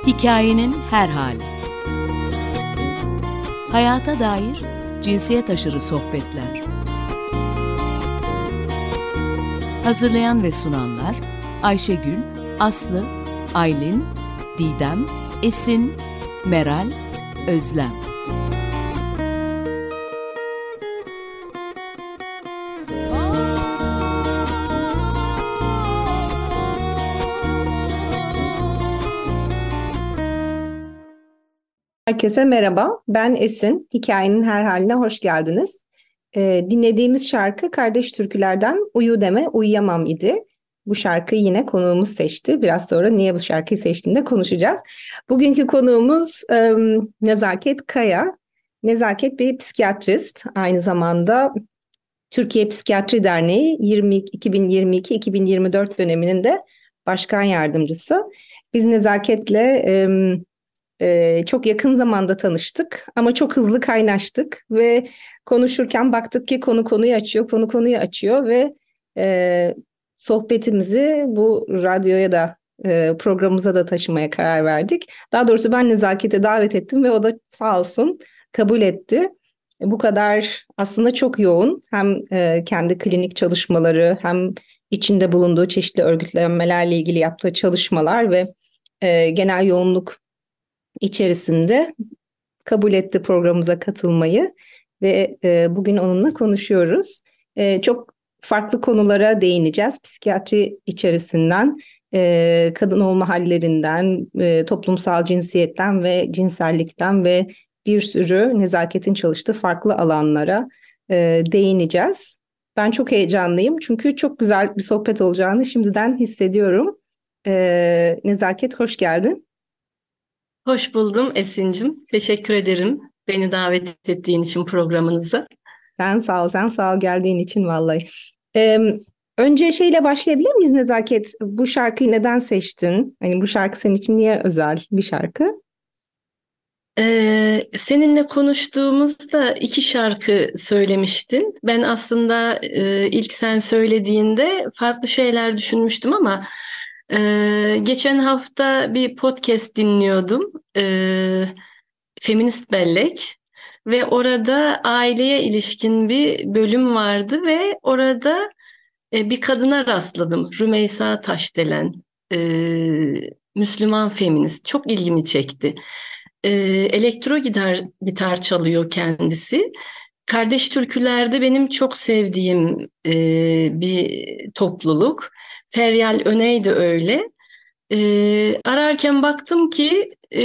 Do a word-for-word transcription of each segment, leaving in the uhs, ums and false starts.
Hikayenin her hali. Hayata dair cinsiyet aşırı sohbetler. Hazırlayan ve sunanlar Ayşegül, Aslı, Aylin, Didem, Esin, Meral, Özlem. Herkese merhaba, ben Esin. Hikayenin her haline hoş geldiniz. Ee, dinlediğimiz şarkı Kardeş Türküler'den Uyu Deme Uyuyamam idi. Bu şarkıyı yine konuğumuz seçti. Biraz sonra niye bu şarkıyı seçtiğini de konuşacağız. Bugünkü konuğumuz e, Nezaket Kaya. Nezaket bir psikiyatrist. Aynı zamanda Türkiye Psikiyatri Derneği iki bin yirmi iki iki bin yirmi dört döneminin de başkan yardımcısı. Biz Nezaket'le E, Ee, çok yakın zamanda tanıştık ama çok hızlı kaynaştık ve konuşurken baktık ki konu konuyu açıyor, konu konuyu açıyor ve e, sohbetimizi bu radyoya da e, programımıza da taşımaya karar verdik. Daha doğrusu ben Nezaket'e davet ettim ve o da sağ olsun kabul etti. E, bu kadar aslında çok yoğun, hem e, kendi klinik çalışmaları hem içinde bulunduğu çeşitli örgütlenmelerle ilgili yaptığı çalışmalar ve e, genel yoğunluk içerisinde kabul etti programımıza katılmayı ve e, bugün onunla konuşuyoruz. E, çok farklı konulara değineceğiz. Psikiyatri içerisinden, e, kadın olma hallerinden, e, toplumsal cinsiyetten ve cinsellikten ve bir sürü Nezaket'in çalıştığı farklı alanlara e, değineceğiz. Ben çok heyecanlıyım çünkü çok güzel bir sohbet olacağını şimdiden hissediyorum. E, Nezaket, hoş geldin. Hoş buldum Esin'cim. Teşekkür ederim beni davet ettiğin için programınıza. Sen sağ ol, sen sağ ol geldiğin için vallahi. Ee, önce şeyle başlayabilir miyiz Nezaket? Bu şarkıyı neden seçtin? Hani bu şarkı senin için niye özel bir şarkı? Ee, seninle konuştuğumuzda iki şarkı söylemiştin. Ben aslında e, ilk sen söylediğinde farklı şeyler düşünmüştüm ama e, geçen hafta bir podcast dinliyordum. E, Feminist Bellek. Ve orada aileye ilişkin bir bölüm vardı ve orada e, bir kadına rastladım. Rümeysa Taşdelen, e, Müslüman feminist. Çok ilgimi çekti. E, elektro gitar, gitar çalıyor kendisi. Kardeş Türküler'de benim çok sevdiğim e, bir topluluk. Feryal Öney de öyle. E, ararken baktım ki e,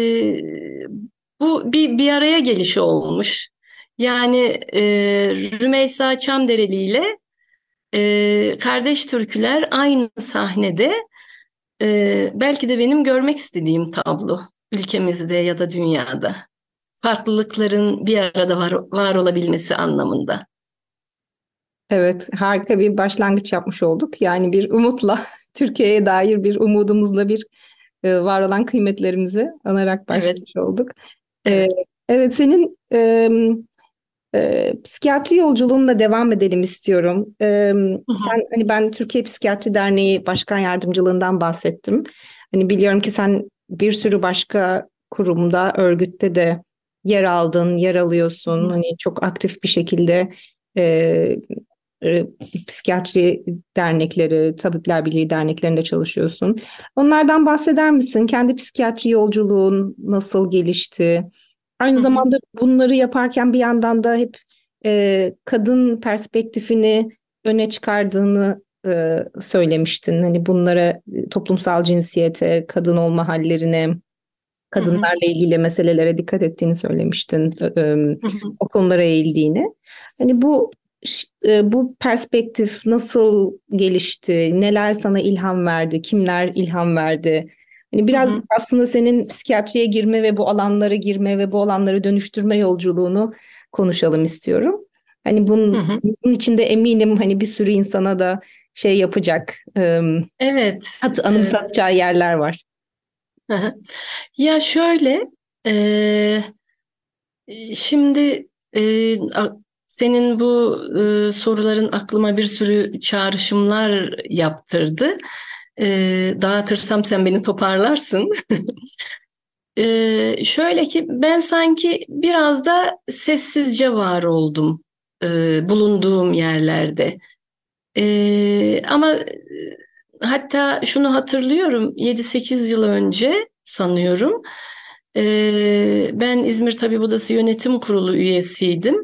bu bir bir araya gelişi olmuş. Yani e, Rümeysa Çamdereli ile e, Kardeş Türküler aynı sahnede. E, belki de benim görmek istediğim tablo ülkemizde ya da dünyada. Farklılıkların bir arada var, var olabilmesi anlamında. Evet, harika bir başlangıç yapmış olduk. Yani bir umutla, Türkiye'ye dair bir umudumuzla bir e, var olan kıymetlerimizi anarak Evet, başlamış olduk. E, evet. evet, senin e, e, psikiyatri yolculuğunla devam edelim istiyorum. E, Hı hı. sen hani ben Türkiye Psikiyatri Derneği Başkan Yardımcılığından bahsettim. Hani biliyorum ki sen bir sürü başka kurumda, örgütte de yer aldın, yer Hı alıyorsun. hı. Hani çok aktif bir şekilde e, e, psikiyatri dernekleri, Tabipler Birliği derneklerinde çalışıyorsun. Onlardan bahseder misin? Kendi psikiyatri yolculuğun nasıl gelişti? Aynı Hı hı. zamanda bunları yaparken bir yandan da hep e, kadın perspektifini öne çıkardığını e, söylemiştin. Hani bunlara e, toplumsal cinsiyete, kadın olma hallerine, Hı hı. kadınlarla ilgili meselelere dikkat ettiğini söylemiştin. E, e, Hı hı. o konulara eğildiğini. Hani bu ş- e, bu perspektif nasıl gelişti? Neler sana ilham verdi? Kimler ilham verdi? Hani Hı biraz hı. aslında senin psikiyatriye girme ve bu alanlara girme ve bu alanları dönüştürme yolculuğunu konuşalım istiyorum. Hani Hı bunun, hı. bunun içinde eminim hani bir sürü insana da şey yapacak, e, Evet, hat- evet. anımsatacağı yerler var. Hı hı. Ya şöyle, e, şimdi e, a- senin bu e, soruların aklıma bir sürü çağrışımlar yaptırdı. Ee, dağıtırsam sen beni toparlarsın. Ee, şöyle ki ben sanki biraz da sessizce var oldum e, bulunduğum yerlerde. Ee, ama e, hatta şunu hatırlıyorum, yedi sekiz yıl önce sanıyorum. Ee, ben İzmir Tabip Odası Yönetim Kurulu üyesiydim.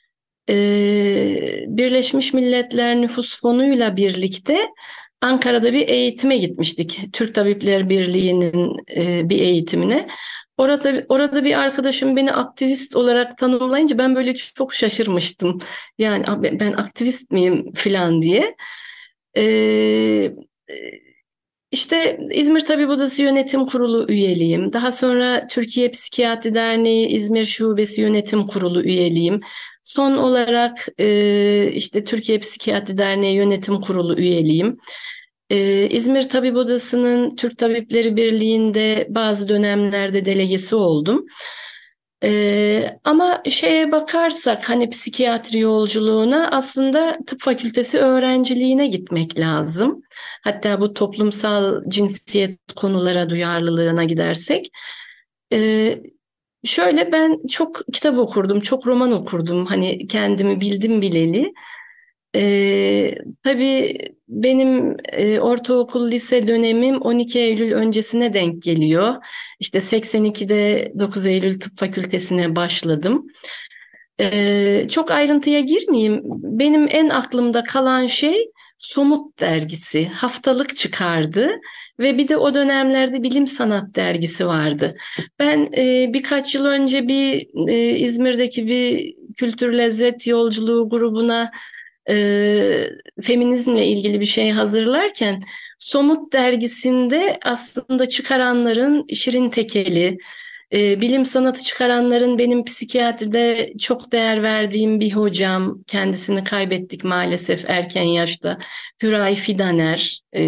Ee, Birleşmiş Milletler Nüfus Fonu'yla birlikte Ankara'da bir eğitime gitmiştik. Türk Tabipler Birliği'nin e, bir eğitimine. Orada orada bir arkadaşım beni aktivist olarak tanımlayınca ben böyle çok şaşırmıştım. Yani "Abi, ben aktivist miyim falan diye. Ee, işte İzmir Tabip Odası Yönetim Kurulu üyeliğim. Daha sonra Türkiye Psikiyatri Derneği İzmir Şubesi Yönetim Kurulu üyeliğim. Son olarak e, işte Türkiye Psikiyatri Derneği Yönetim Kurulu üyeliğim. E, İzmir Tabip Odası'nın Türk Tabipleri Birliği'nde bazı dönemlerde delegesi oldum. Ee, ama şeye bakarsak hani psikiyatri yolculuğuna aslında tıp fakültesi öğrenciliğine gitmek lazım. Hatta bu toplumsal cinsiyet konulara duyarlılığına gidersek. Ee, Şöyle ben çok kitap okurdum, çok roman okurdum. Hani kendimi bildim bileli. Ee, tabii benim e, ortaokul lise dönemim on iki Eylül öncesine denk geliyor. İşte seksen ikide dokuz Eylül Tıp Fakültesine başladım. Ee, çok ayrıntıya girmeyeyim. Benim en aklımda kalan şey Somut dergisi. Haftalık çıkardı ve bir de o dönemlerde Bilim Sanat dergisi vardı. Ben e, birkaç yıl önce bir e, İzmir'deki bir kültür lezzet yolculuğu grubuna e, feminizmle ilgili bir şey hazırlarken Somut dergisinde aslında çıkaranların Şirin Tekeli, e, bilim sanatı çıkaranların benim psikiyatride çok değer verdiğim bir hocam, kendisini kaybettik maalesef erken yaşta, Hüray Fidaner, e,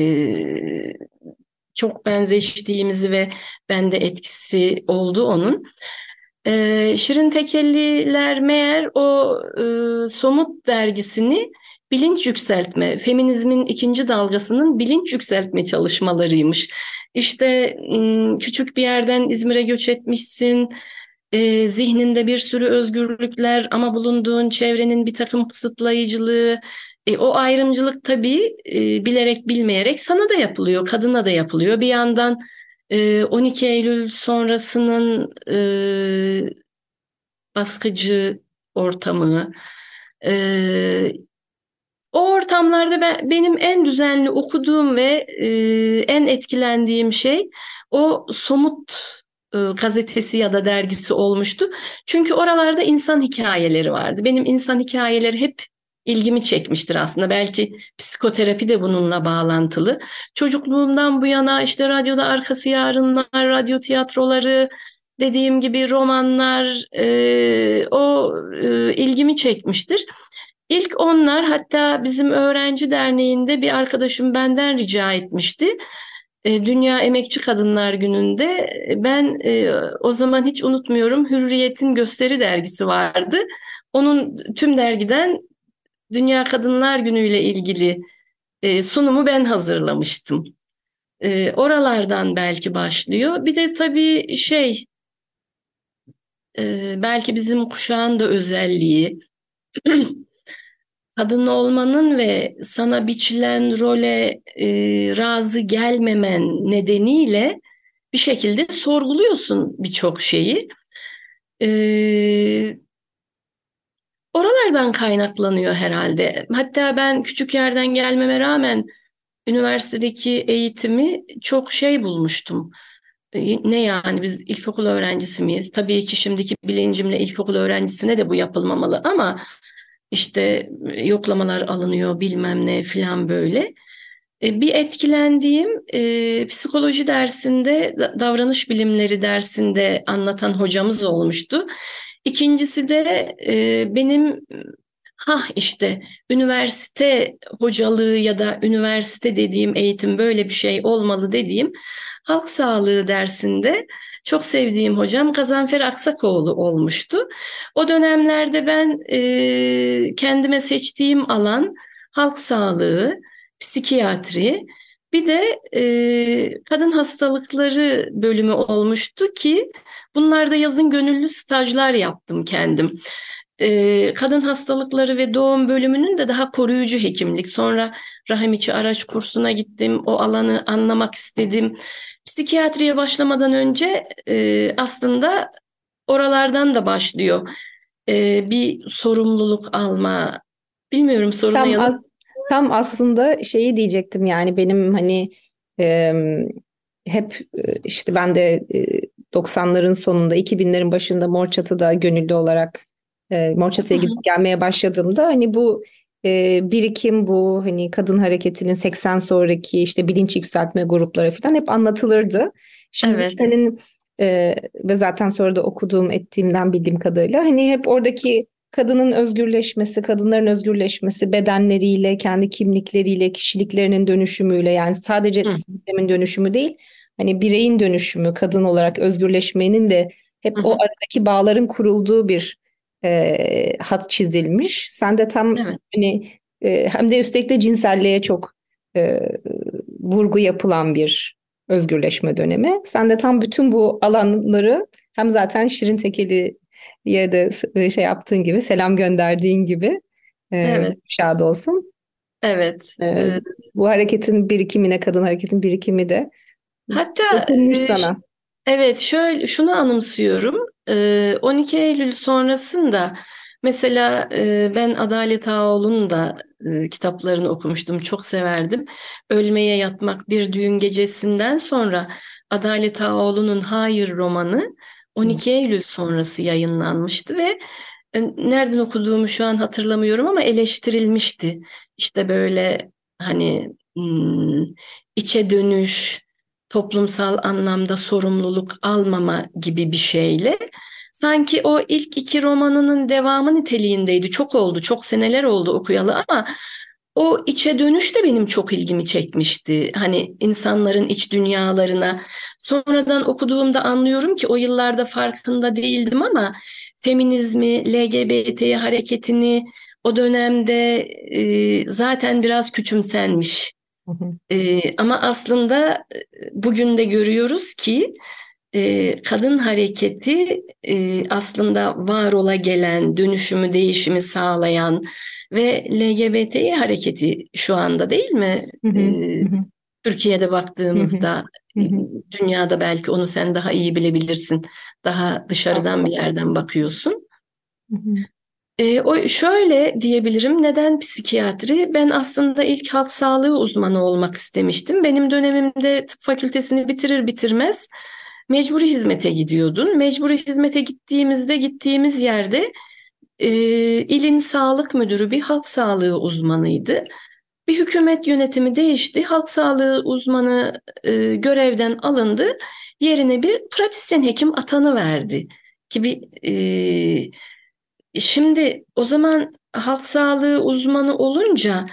çok benzeştiğimizi ve bende etkisi oldu onun. Ee, Şirin Tekelliler meğer o e, Somut dergisini bilinç yükseltme, feminizmin ikinci dalgasının bilinç yükseltme çalışmalarıymış. İşte m, küçük bir yerden İzmir'e göç etmişsin, e, zihninde bir sürü özgürlükler ama bulunduğun çevrenin bir takım kısıtlayıcılığı, e, o ayrımcılık tabii e, bilerek bilmeyerek sana da yapılıyor, kadına da yapılıyor. Bir yandan e, on iki Eylül sonrasının e, baskıcı ortamı. Ee, O ortamlarda ben, benim en düzenli okuduğum ve e, en etkilendiğim şey o Somut e, gazetesi ya da dergisi olmuştu. Çünkü oralarda insan hikayeleri vardı. Benim insan hikayeleri hep ilgimi çekmiştir aslında. Belki psikoterapi de bununla bağlantılı. Çocukluğumdan bu yana işte radyoda Arkası Yarınlar, radyo tiyatroları, dediğim gibi romanlar, e, o e, ilgimi çekmiştir. İlk onlar, hatta bizim öğrenci derneğinde bir arkadaşım benden rica etmişti. E, Dünya Emekçi Kadınlar Günü'nde ben e, o zaman hiç unutmuyorum, Hürriyet'in Gösteri dergisi vardı. Onun tüm dergiden Dünya Kadınlar Günü ile ilgili e, sunumu ben hazırlamıştım. E, oralardan belki başlıyor. Bir de tabii şey, e, belki bizim kuşağın da özelliği, kadın olmanın ve sana biçilen role e, razı gelmemen nedeniyle bir şekilde sorguluyorsun birçok şeyi. E, Oralardan kaynaklanıyor herhalde. Hatta ben küçük yerden gelmeme rağmen üniversitedeki eğitimi çok şey bulmuştum. E, Ne yani, biz ilkokul öğrencisi miyiz? Tabii ki şimdiki bilincimle ilkokul öğrencisine de bu yapılmamalı ama işte yoklamalar alınıyor bilmem ne falan böyle. E, Bir etkilendiğim e, psikoloji dersinde, da- davranış bilimleri dersinde anlatan hocamız olmuştu. İkincisi de e, benim ha işte üniversite hocalığı ya da üniversite dediğim eğitim böyle bir şey olmalı dediğim halk sağlığı dersinde çok sevdiğim hocam Gazanfer Aksakoğlu olmuştu. O dönemlerde ben e, kendime seçtiğim alan halk sağlığı, psikiyatri. Bir de e, kadın hastalıkları bölümü olmuştu ki bunlarda yazın gönüllü stajlar yaptım kendim. E, kadın hastalıkları ve doğum bölümünün de daha koruyucu hekimlik. Sonra rahim içi araç kursuna gittim. O alanı anlamak istedim. Psikiyatriye başlamadan önce e, aslında oralardan da başlıyor. E, bir sorumluluk alma. Bilmiyorum soruna Tam yanıt. as tam aslında şeyi diyecektim, yani benim hani em, hep e, işte ben de e, doksanların sonunda iki binlerin başında Mor Çatı'da gönüllü olarak e, Mor Hı Çatı'ya hı, gidip gelmeye başladığımda hani bu e, birikim, bu hani kadın hareketinin seksen sonraki işte bilinç yükseltme grupları falan hep anlatılırdı. Şimdi evet. senin e, ve zaten sonra da okuduğum ettiğimden bildiğim kadarıyla hani hep oradaki kadının özgürleşmesi, kadınların özgürleşmesi, bedenleriyle, kendi kimlikleriyle, kişiliklerinin dönüşümüyle, yani sadece Hı sistemin dönüşümü değil, hani bireyin dönüşümü, kadın olarak özgürleşmenin de hep hı, o hı. aradaki bağların kurulduğu bir e, hat çizilmiş. Sen de tam Evet. hani e, hem de üstelik de cinselliğe çok e, vurgu yapılan bir özgürleşme dönemi. Sen de tam bütün bu alanları, hem zaten Şirin Tekeli ya da s- şey yaptığın gibi, selam gönderdiğin gibi, e, Evet. şad olsun. Evet. E, Ee, Bu hareketin birikimine, kadın hareketin birikimi de hatta dokunmuş e, ş- sana. evet şöyle şunu anımsıyorum. Ee, on iki Eylül sonrasında mesela e, ben Adalet Ağaoğlu'nun da e, kitaplarını okumuştum. Çok severdim. Ölmeye Yatmak Bir Düğün Gecesi'nden sonra Adalet Ağaoğlu'nun Hayır romanı Hı on iki Eylül sonrası yayınlanmıştı ve e, nereden okuduğumu şu an hatırlamıyorum ama eleştirilmişti. İşte böyle hani hmm, içe dönüş, toplumsal anlamda sorumluluk almama gibi bir şeyle. Sanki o ilk iki romanının devamı niteliğindeydi. Çok oldu, çok seneler oldu okuyalı ama o içe dönüş de benim çok ilgimi çekmişti. Hani insanların iç dünyalarına. Sonradan okuduğumda anlıyorum ki o yıllarda farkında değildim ama feminizmi, L G B T hareketini o dönemde e, zaten biraz küçümsenmiş. hı, Ee, ama aslında e, bugün de görüyoruz ki e, kadın hareketi e, aslında var ola gelen, dönüşümü, değişimi sağlayan ve L G B T hareketi şu anda değil mi? hı hı, Ee, hı hı, Türkiye'de hı hı, baktığımızda hı e, hı. dünyada belki onu sen daha iyi bilebilirsin. Daha dışarıdan bir yerden bakıyorsun. Hı hı, E, o şöyle diyebilirim. Neden psikiyatri? Ben aslında ilk halk sağlığı uzmanı olmak istemiştim. Benim dönemimde tıp fakültesini bitirir bitirmez mecburi hizmete gidiyordun. Mecburi hizmete gittiğimizde gittiğimiz yerde e, ilin sağlık müdürü bir halk sağlığı uzmanıydı. Bir hükümet yönetimi değişti. Halk sağlığı uzmanı e, görevden alındı. Yerine bir pratisyen hekim atanıverdi. Ki bir e, Şimdi o zaman halk sağlığı uzmanı olunca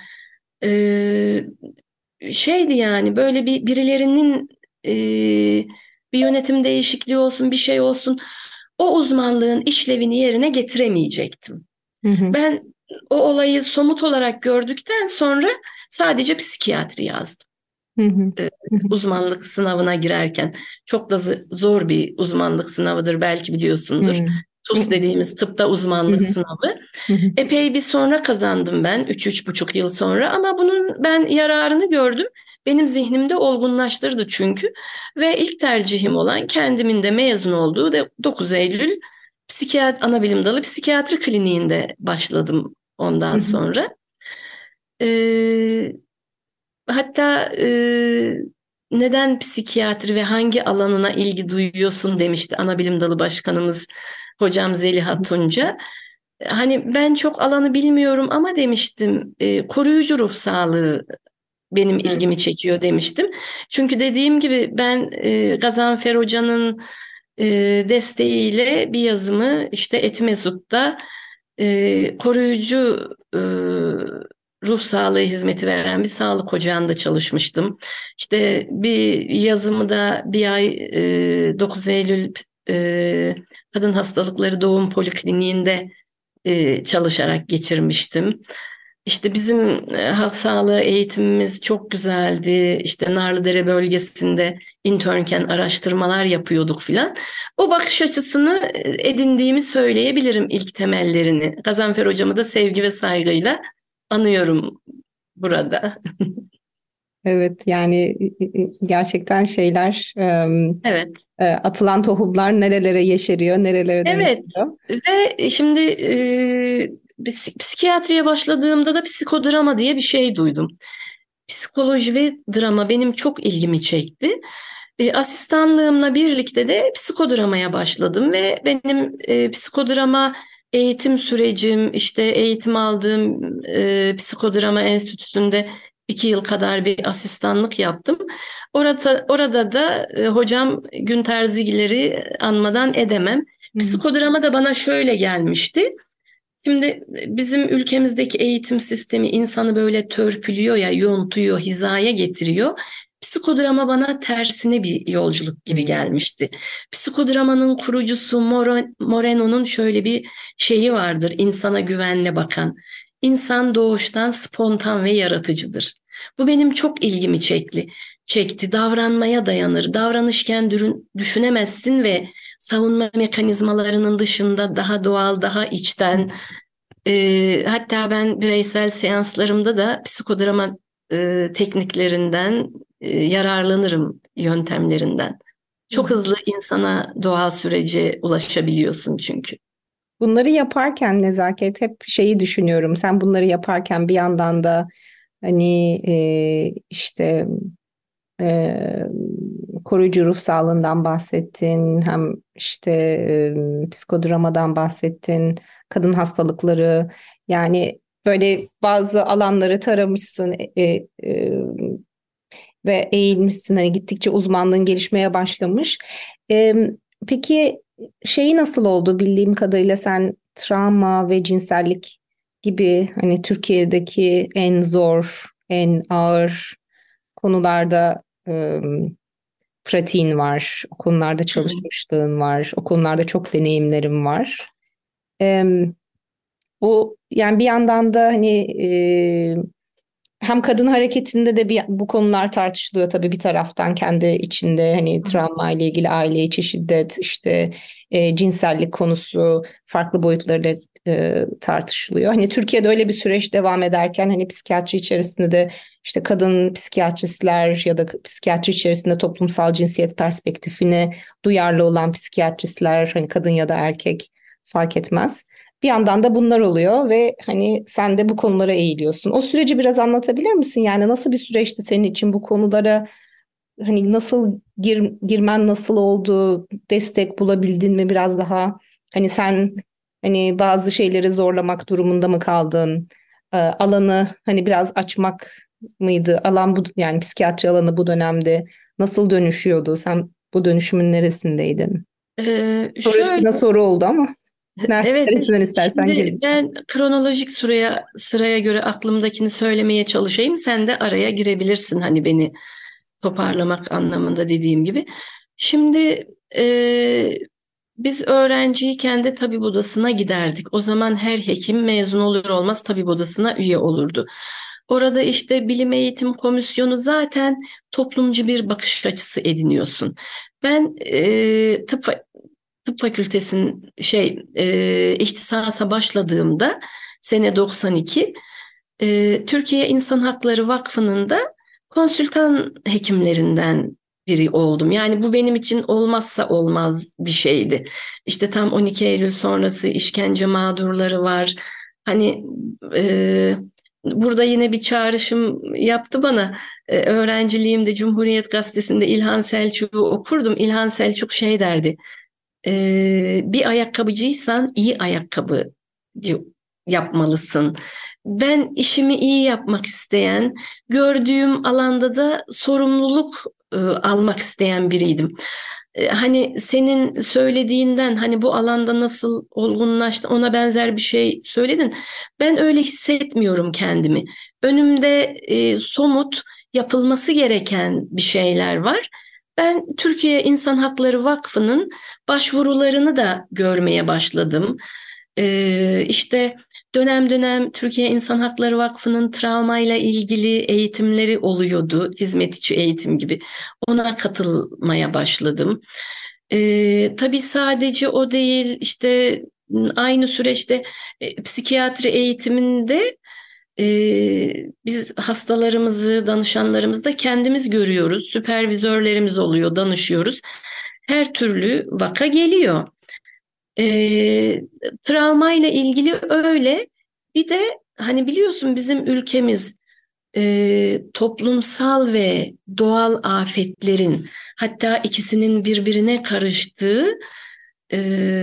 e, şeydi yani böyle bir birilerinin e, bir yönetim değişikliği olsun bir şey olsun o uzmanlığın işlevini yerine getiremeyecektim. hı hı, Ben o olayı somut olarak gördükten sonra sadece psikiyatri yazdım. hı hı, E, hı hı. Uzmanlık sınavına girerken çok da z- zor bir uzmanlık sınavıdır belki biliyorsundur. Hı T U S hı, dediğimiz tıpta hı uzmanlık hı, sınavı. hı hı, Epey bir sonra kazandım ben, üç üç buçuk yıl sonra ama bunun ben yararını gördüm. Benim zihnimde olgunlaştırdı çünkü. Ve ilk tercihim olan kendimin de mezun olduğu de dokuz Eylül Psikiyat Anabilim Dalı Psikiyatri Kliniğinde başladım hı ondan hı, sonra. Ee, Hatta e, neden psikiyatri ve hangi alanına ilgi duyuyorsun demişti Anabilim Dalı Başkanımız Hocam Zeliha Tunca. Hani ben çok alanı bilmiyorum ama demiştim e, koruyucu ruh sağlığı benim hı ilgimi çekiyor demiştim. Çünkü dediğim gibi ben e, Gazanfer Hoca'nın e, desteğiyle bir yazımı işte Etimesgut'ta e, koruyucu e, ruh sağlığı hizmeti veren bir sağlık ocağında çalışmıştım. İşte bir yazımı da bir ay e, dokuz Eylül e, Kadın Hastalıkları Doğum Polikliniğinde e, çalışarak geçirmiştim. İşte bizim e, halk sağlığı eğitimimiz çok güzeldi. İşte Narlıdere bölgesinde internken araştırmalar yapıyorduk filan. O bakış açısını e, edindiğimi söyleyebilirim, ilk temellerini. Gazanfer hocamı da sevgi ve saygıyla anıyorum burada. Evet, yani gerçekten şeyler, Evet. e, atılan tohumlar nerelere yeşeriyor, nerelere Evet. dönüşüyor. Ve şimdi e, psik- psikiyatriye başladığımda da psikodrama diye bir şey duydum. Psikoloji ve drama benim çok ilgimi çekti. E, asistanlığımla birlikte de psikodramaya başladım ve benim e, psikodrama eğitim sürecim, işte eğitim aldığım e, psikodrama enstitüsünde iki yıl kadar bir asistanlık yaptım. Orada, orada da e, hocam Günter Zigiler'i anmadan edemem. Hı hı. Psikodrama da bana şöyle gelmişti. Şimdi bizim ülkemizdeki eğitim sistemi insanı böyle törpülüyor ya, yontuyor, hizaya getiriyor. Psikodrama bana tersine bir yolculuk gibi Hı. gelmişti. Psikodramanın kurucusu Moro- Moreno'nun şöyle bir şeyi vardır, insana güvenle bakan. İnsan doğuştan spontan ve yaratıcıdır. Bu benim çok ilgimi çekti. Çekti. Davranmaya dayanır. Davranışken dürün- düşünemezsin ve savunma mekanizmalarının dışında daha doğal, daha içten. E, hatta ben bireysel seanslarımda da psikodrama e, tekniklerinden e, yararlanırım, yöntemlerinden. Hı Çok hı. hızlı insana doğal sürece ulaşabiliyorsun çünkü. Bunları yaparken Nezaket, hep şeyi düşünüyorum. Sen bunları yaparken bir yandan da hani e, işte e, koruyucu ruh sağlığından bahsettin, hem işte e, psikodramadan bahsettin, kadın hastalıkları, yani böyle bazı alanları taramışsın, e, e, ve eğilmişsin, hani gittikçe uzmanlığın gelişmeye başlamış. E, peki şeyi nasıl oldu? Bildiğim kadarıyla sen travma ve cinsellik gibi hani Türkiye'deki en zor, en ağır konularda e, pratiğin var, o konularda Hı hı. çalışmışlığın var, o konularda çok deneyimlerim var. E, bu yani bir yandan da hani e, hem kadın hareketinde de bir, bu konular tartışılıyor tabii, bir taraftan kendi içinde hani travma ile ilgili, aile içi şiddet, işte e, cinsellik konusu farklı boyutlarıyla e, tartışılıyor. Hani Türkiye'de öyle bir süreç devam ederken hani psikiyatri içerisinde de işte kadın psikiyatristler ya da psikiyatri içerisinde toplumsal cinsiyet perspektifine duyarlı olan psikiyatristler, hani kadın ya da erkek fark etmez. Bir yandan da bunlar oluyor ve hani sen de bu konulara eğiliyorsun. O süreci biraz anlatabilir misin? Yani nasıl bir süreçti senin için bu konulara, hani nasıl gir, girmen nasıl oldu? Destek bulabildin mi biraz daha? Hani sen hani bazı şeyleri zorlamak durumunda mı kaldın? Ee, alanı hani biraz açmak mıydı? Alan bu, yani psikiyatri alanı bu dönemde nasıl dönüşüyordu? Sen bu dönüşümün neresindeydin? Ee, Soru şöyle, üstüne soru oldu ama evet, neresinden istersen şimdi gir. ben kronolojik sıraya sıraya göre aklımdakini söylemeye çalışayım. Sen de araya girebilirsin, hani beni toparlamak anlamında dediğim gibi. Şimdi e, biz öğrenciyken de tabip odasına giderdik. O zaman her hekim mezun olur olmaz tabip odasına üye olurdu. Orada işte bilim eğitim komisyonu, zaten toplumcu bir bakış açısı ediniyorsun. Ben e, tıp tıp fakültesinin şey e, ihtisasa başladığımda sene doksan iki, e, Türkiye İnsan Hakları Vakfı'nın da konsültan hekimlerinden biri oldum. Yani bu benim için olmazsa olmaz bir şeydi. İşte tam on iki Eylül sonrası işkence mağdurları var. Hani e, burada yine bir çağrışım yaptı bana. E, öğrenciliğimde Cumhuriyet Gazetesi'nde İlhan Selçuk'u okurdum. İlhan Selçuk şey derdi. E, bir ayakkabıcıysan iyi ayakkabı yapmalısın. Ben işimi iyi yapmak isteyen, gördüğüm alanda da sorumluluk e, almak isteyen biriydim. E, hani senin söylediğinden, hani bu alanda nasıl olgunlaştı, ona benzer bir şey söyledin. Ben öyle hissetmiyorum kendimi. Önümde e, somut, yapılması gereken bir şeyler var. Ben Türkiye İnsan Hakları Vakfı'nın başvurularını da görmeye başladım. Ee, işte dönem dönem Türkiye İnsan Hakları Vakfı'nın travmayla ilgili eğitimleri oluyordu. Hizmet içi eğitim gibi. Ona katılmaya başladım. Ee, tabii sadece o değil, işte aynı süreçte e, psikiyatri eğitiminde e, biz hastalarımızı, danışanlarımızı da kendimiz görüyoruz. Süpervizörlerimiz oluyor, danışıyoruz. Her türlü vaka geliyor. E, Travmayla ilgili öyle. Bir de hani biliyorsun bizim ülkemiz e, toplumsal ve doğal afetlerin, hatta ikisinin birbirine karıştığı, e,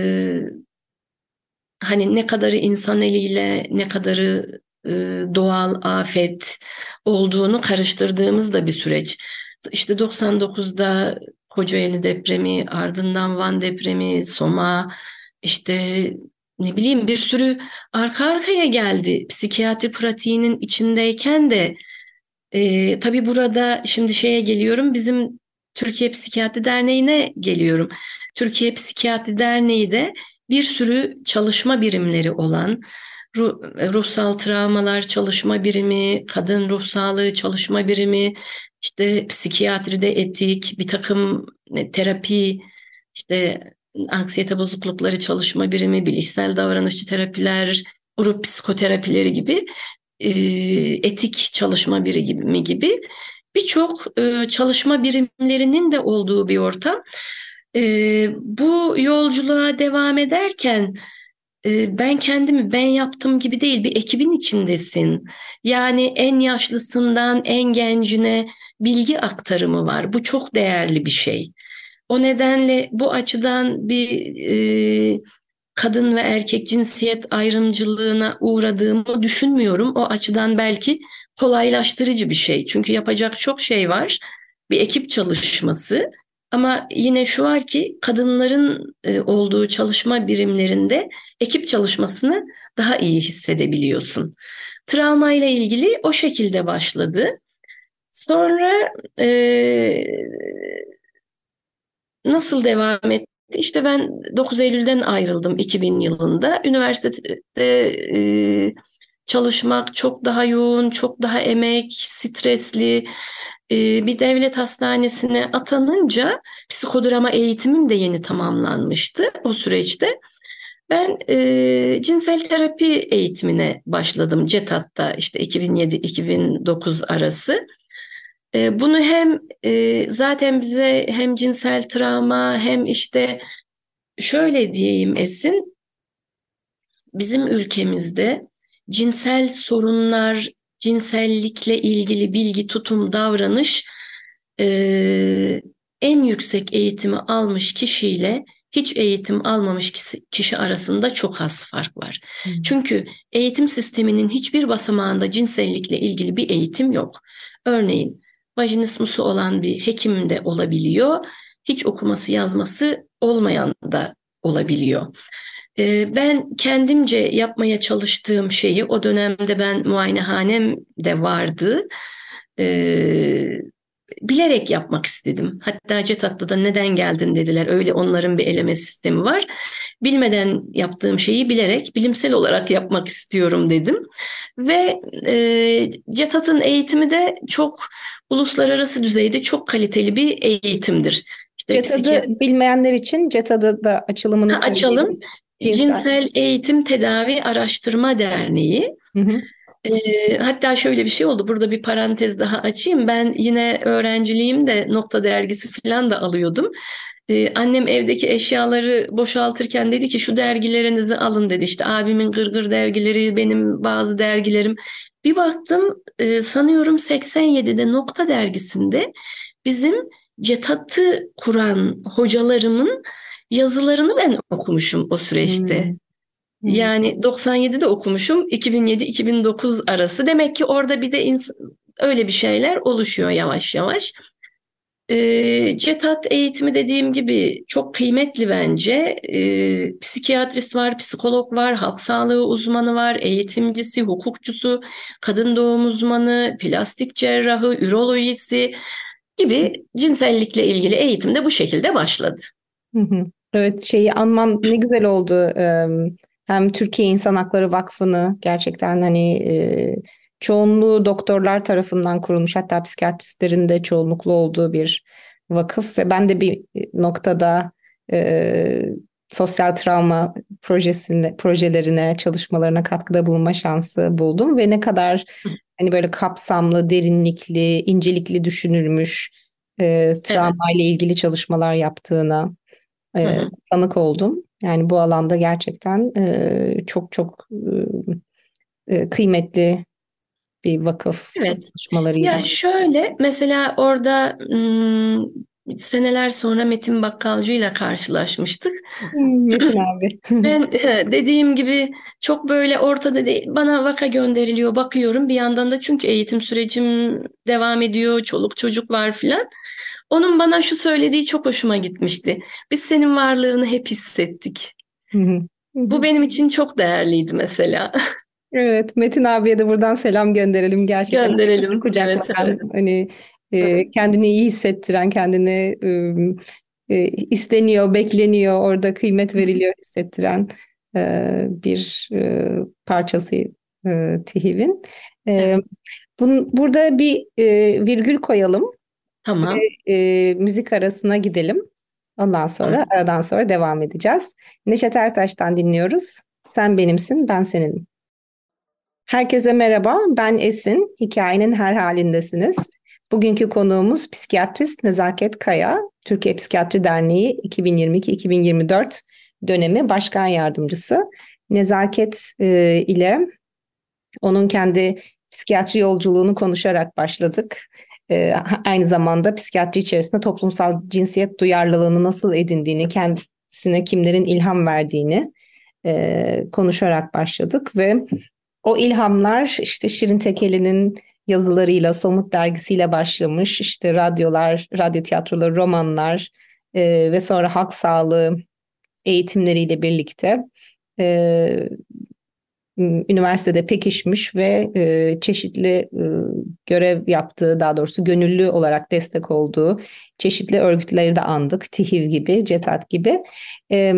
hani ne kadarı insan eliyle ne kadarı e, doğal afet olduğunu karıştırdığımız da bir süreç. İşte doksan dokuzda Kocaeli depremi, ardından Van depremi, Soma, işte ne bileyim bir sürü arka arkaya geldi. Psikiyatri pratiğinin içindeyken de e, tabii burada şimdi şeye geliyorum, bizim Türkiye Psikiyatri Derneği'ne geliyorum. Türkiye Psikiyatri Derneği de bir sürü çalışma birimleri olan ruh, ruhsal travmalar çalışma birimi, kadın ruh sağlığı çalışma birimi, işte psikiyatride etik, bir takım e, terapi, işte anksiyete bozuklukları çalışma birimi, bilişsel davranışçı terapiler, grup psikoterapileri gibi e, etik çalışma birimi gibi birçok e, çalışma birimlerinin de olduğu bir ortam. E, Bu yolculuğa devam ederken e, ben kendimi ben yaptım gibi değil, bir ekibin içindesin. Yani en yaşlısından en gencine bilgi aktarımı var. Bu çok değerli bir şey. O nedenle bu açıdan bir e, kadın ve erkek cinsiyet ayrımcılığına uğradığımı düşünmüyorum. O açıdan belki kolaylaştırıcı bir şey. Çünkü yapacak çok şey var. Bir ekip çalışması. Ama yine şu var ki kadınların e, olduğu çalışma birimlerinde ekip çalışmasını daha iyi hissedebiliyorsun. Travma ile ilgili o şekilde başladı. Sonra e, nasıl devam etti? İşte ben dokuz Eylül'den ayrıldım iki bin yılında. Üniversitede e, çalışmak çok daha yoğun, çok daha emek, stresli. E, bir devlet hastanesine atanınca psikodrama eğitimim de yeni tamamlanmıştı o süreçte. Ben e, cinsel terapi eğitimine başladım CETAT'ta, işte iki bin yedi iki bin dokuz arası. E, bunu hem e, zaten bize hem cinsel travma hem işte şöyle diyeyim Esin, bizim ülkemizde cinsel sorunlar, cinsellikle ilgili bilgi, tutum, davranış e, en yüksek eğitimi almış kişiyle hiç eğitim almamış kişi, kişi arasında çok az fark var. Hmm. Çünkü eğitim sisteminin hiçbir basamağında cinsellikle ilgili bir eğitim yok. Örneğin vajinismusu olan bir hekim de olabiliyor, hiç okuması yazması olmayan da olabiliyor. Ben kendimce yapmaya çalıştığım şeyi, o dönemde ben muayenehanem de vardı, ee, bilerek yapmak istedim. Hatta CETAT'ta da neden geldin dediler. Öyle onların bir eleme sistemi var. Bilmeden yaptığım şeyi bilerek, bilimsel olarak yapmak istiyorum dedim. Ve e, CETAT'ın eğitimi de çok uluslararası düzeyde çok kaliteli bir eğitimdir. İşte CETAD'ı psikiyat- bilmeyenler için CETAD'ı da açılımını Ha, açalım. Cinsel. Cinsel Eğitim Tedavi Araştırma Derneği. Hı hı. E, hatta şöyle bir şey oldu. Burada bir parantez daha açayım. Ben yine öğrenciliğimde Nokta dergisi falan da alıyordum. E, annem evdeki eşyaları boşaltırken dedi ki şu dergilerinizi alın dedi. İşte abimin gırgır dergileri, benim bazı dergilerim. Bir baktım e, sanıyorum seksen yedide Nokta dergisinde bizim CETAT'ı kuran hocalarımın yazılarını ben okumuşum o süreçte. Hmm. Yani doksan yedide okumuşum, iki bin yedi iki bin dokuz arası. Demek ki orada bir de ins- öyle bir şeyler oluşuyor yavaş yavaş. Ee, CETAT eğitimi dediğim gibi çok kıymetli bence. Ee, psikiyatrist var, psikolog var, halk sağlığı uzmanı var, eğitimcisi, hukukçusu, kadın doğum uzmanı, plastik cerrahı, ürolojisi gibi cinsellikle ilgili eğitim de bu şekilde başladı. Hı hı. Evet, şeyi anman ne güzel oldu. Ee, hem Türkiye İnsan Hakları Vakfı'nı gerçekten hani e, çoğunluğu doktorlar tarafından kurulmuş, hatta psikiyatristlerin de çoğunluklu olduğu bir vakıf ve ben de bir noktada e, sosyal travma projesine, projelerine, çalışmalarına katkıda bulunma şansı buldum ve ne kadar hani böyle kapsamlı, derinlikli, incelikli düşünülmüş e, Evet. travma ile ilgili çalışmalar yaptığına Hı e, hı. tanık oldum. Yani bu alanda gerçekten e, çok çok e, e, kıymetli bir vakıf Evet. Ya çalışmalarıyla. şöyle mesela orada ım, seneler sonra Metin Bakkalcı'yla karşılaşmıştık. Hmm, Metin abi. Ben dediğim gibi çok böyle ortada değil. Bana vaka gönderiliyor, bakıyorum bir yandan da çünkü eğitim sürecim devam ediyor, çoluk çocuk var filan. Onun bana şu söylediği çok hoşuma gitmişti. Biz senin varlığını hep hissettik. Hı hı. Hı Bu hı. benim için çok değerliydi mesela. Evet, Metin abiye de buradan selam gönderelim. Gerçekten kucak Gönderelim. Evet, kucaklayan, evet. hani Hı hı. e, kendini iyi hissettiren, kendini e, e, isteniyor, bekleniyor, orada kıymet veriliyor hissettiren e, bir e, parçası e, T İ H'in. E, Evet. bun, burada bir e, virgül koyalım ve Tamam. e, müzik arasına gidelim. Ondan sonra, Tamam. aradan sonra devam edeceğiz. Neşet Ertaş'tan dinliyoruz. Sen benimsin, ben senin. Herkese merhaba, ben Esin. Hikayenin her halindesiniz. Bugünkü konuğumuz psikiyatrist Nezaket Kaya, Türkiye Psikiyatri Derneği iki bin yirmi iki iki bin yirmi dört dönemi başkan yardımcısı. Nezaket e, ile onun kendi psikiyatri yolculuğunu konuşarak başladık. E, aynı zamanda psikiyatri içerisinde toplumsal cinsiyet duyarlılığını nasıl edindiğini, kendisine kimlerin ilham verdiğini e, konuşarak başladık ve o ilhamlar işte Şirin Tekeli'nin yazılarıyla, Somut dergisiyle başlamış. İşte radyolar, radyo tiyatroları, romanlar e, ve sonra halk sağlığı eğitimleriyle birlikte e, üniversitede pekişmiş ve e, çeşitli e, görev yaptığı, daha doğrusu gönüllü olarak destek olduğu çeşitli örgütleri de andık. T İ H gibi, CETAT gibi. E,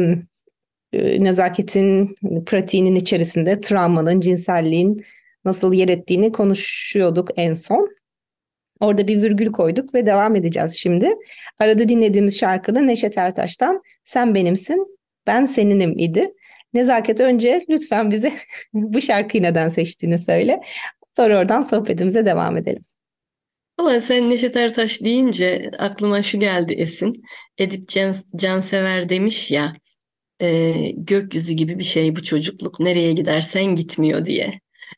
e, Nezaketin pratiğinin içerisinde travmanın, cinselliğin nasıl yer ettiğini konuşuyorduk en son. Orada bir virgül koyduk ve devam edeceğiz şimdi. Arada dinlediğimiz şarkıda Neşet Ertaş'tan Sen Benimsin, Ben Seninim idi. Nezaket, önce lütfen bize bu şarkıyı neden seçtiğini söyle. Sonra oradan sohbetimize devam edelim. Valla sen Neşet Ertaş deyince aklıma şu geldi Esin. Edip Can, Cansever demiş ya, e, gökyüzü gibi bir şey bu çocukluk, nereye gidersen gitmiyor diye.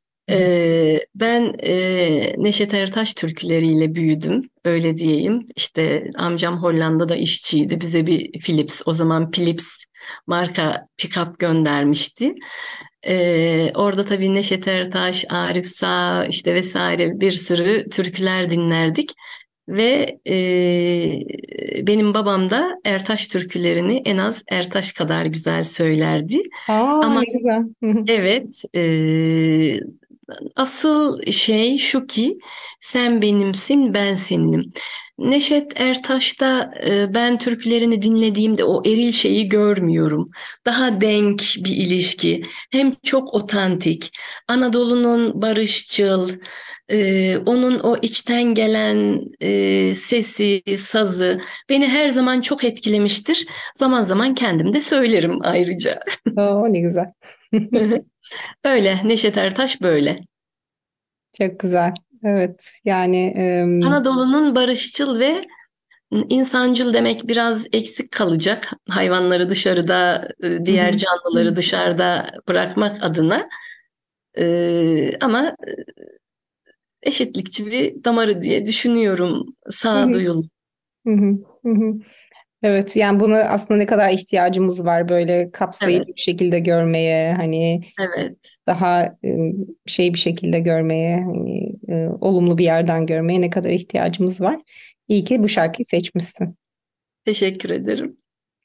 Ee, ben e, Neşet Ertaş türküleriyle büyüdüm, öyle diyeyim. İşte amcam Hollanda'da işçiydi, bize bir Philips, o zaman Philips marka pick-up göndermişti. Ee, orada tabii Neşet Ertaş, Arif Sağ işte vesaire bir sürü türküler dinlerdik. Ve e, benim babam da Ertaş türkülerini en az Ertaş kadar güzel söylerdi. Aa, Ama ne güzel. evet, e, asıl şey şu ki sen benimsin, ben seninim. Neşet Ertaş'ta e, ben türkülerini dinlediğimde o eril şeyi görmüyorum. Daha denk bir ilişki. Hem çok otantik. Anadolu'nun barışçıl, e, onun o içten gelen e, sesi, sazı beni her zaman çok etkilemiştir. Zaman zaman kendim de söylerim ayrıca. Oo, ne güzel. Öyle, Neşet Ertaş böyle. Çok güzel. Evet, yani em, Anadolu'nun barışçıl ve insancıl demek biraz eksik kalacak. Hayvanları dışarıda, e, hı hı, diğer hı canlıları dışarıda bırakmak adına. E, ama eşitlikçi bir damarı diye düşünüyorum. hı, Sağduyulu. hı hı, hı hı. Evet, yani bunu aslında ne kadar ihtiyacımız var böyle kapsayıcı Evet, bir şekilde görmeye, hani evet. daha e, şey bir şekilde görmeye, hani e, olumlu bir yerden görmeye ne kadar ihtiyacımız var. İyi ki bu şarkıyı seçmişsin. Teşekkür ederim.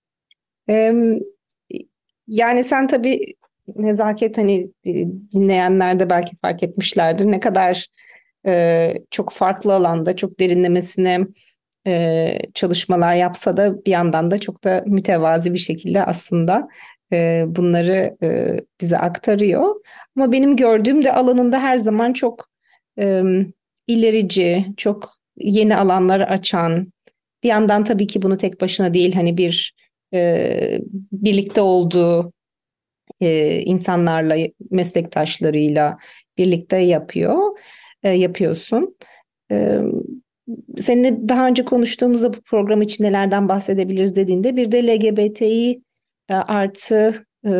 Em, Yani sen tabii Nezaket, hani e, dinleyenler de belki fark etmişlerdir ne kadar e, çok farklı alanda çok derinlemesine e, çalışmalar yapsa da bir yandan da çok da mütevazi bir şekilde aslında e, bunları e, bize aktarıyor. Ama benim gördüğüm de alanında her zaman çok e, ilerici, çok yeni alanlar açan, bir yandan tabii ki bunu tek başına değil, hani bir e, birlikte olduğu e, insanlarla, meslektaşlarıyla birlikte yapıyor, e, yapıyorsun. E, Seninle daha önce konuştuğumuzda bu program için nelerden bahsedebiliriz dediğinde bir de L G B T İ e, artı e,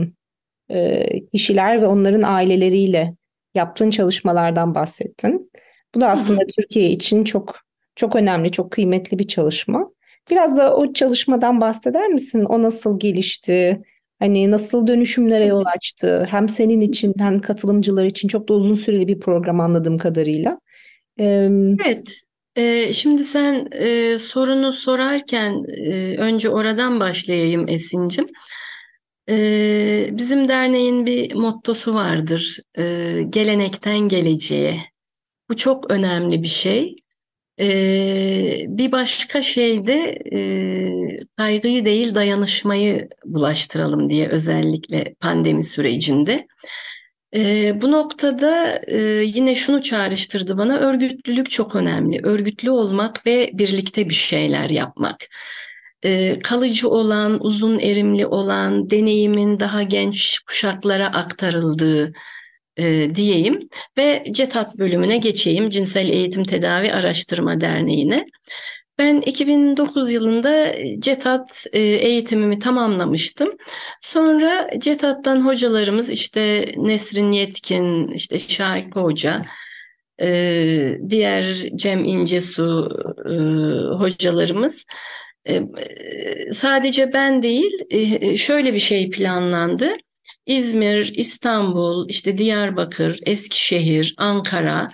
e, kişiler ve onların aileleriyle yaptığın çalışmalardan bahsettin. Bu da Hı aslında hı. Türkiye için çok çok önemli, çok kıymetli bir çalışma. Biraz da o çalışmadan bahseder misin? O nasıl gelişti? Hani nasıl dönüşümlere yol açtı? Hem senin için hem katılımcılar için çok da uzun süreli bir program anladığım kadarıyla. Ee, Evet, e, şimdi sen e, sorunu sorarken e, önce oradan başlayayım Esin'cim. E, bizim derneğin bir mottosu vardır, e, gelenekten geleceğe. Bu çok önemli bir şey. E, bir başka şey de e, kaygıyı değil dayanışmayı bulaştıralım diye özellikle pandemi sürecinde. Ee, bu noktada e, yine şunu çağrıştırdı bana, örgütlülük çok önemli. Örgütlü olmak ve birlikte bir şeyler yapmak. Ee, kalıcı olan, uzun erimli olan, deneyimin daha genç kuşaklara aktarıldığı e, diyeyim. Ve CETAT bölümüne geçeyim, Cinsel Eğitim Tedavi Araştırma Derneği'ne. Ben iki bin dokuz yılında CETAT e, eğitimimi tamamlamıştım. Sonra CETAT'tan hocalarımız işte Nesrin Yetkin, işte Şahika Hoca, e, diğer Cem İncesu e, hocalarımız, e, sadece ben değil, e, şöyle bir şey planlandı. İzmir, İstanbul, işte Diyarbakır, Eskişehir, Ankara,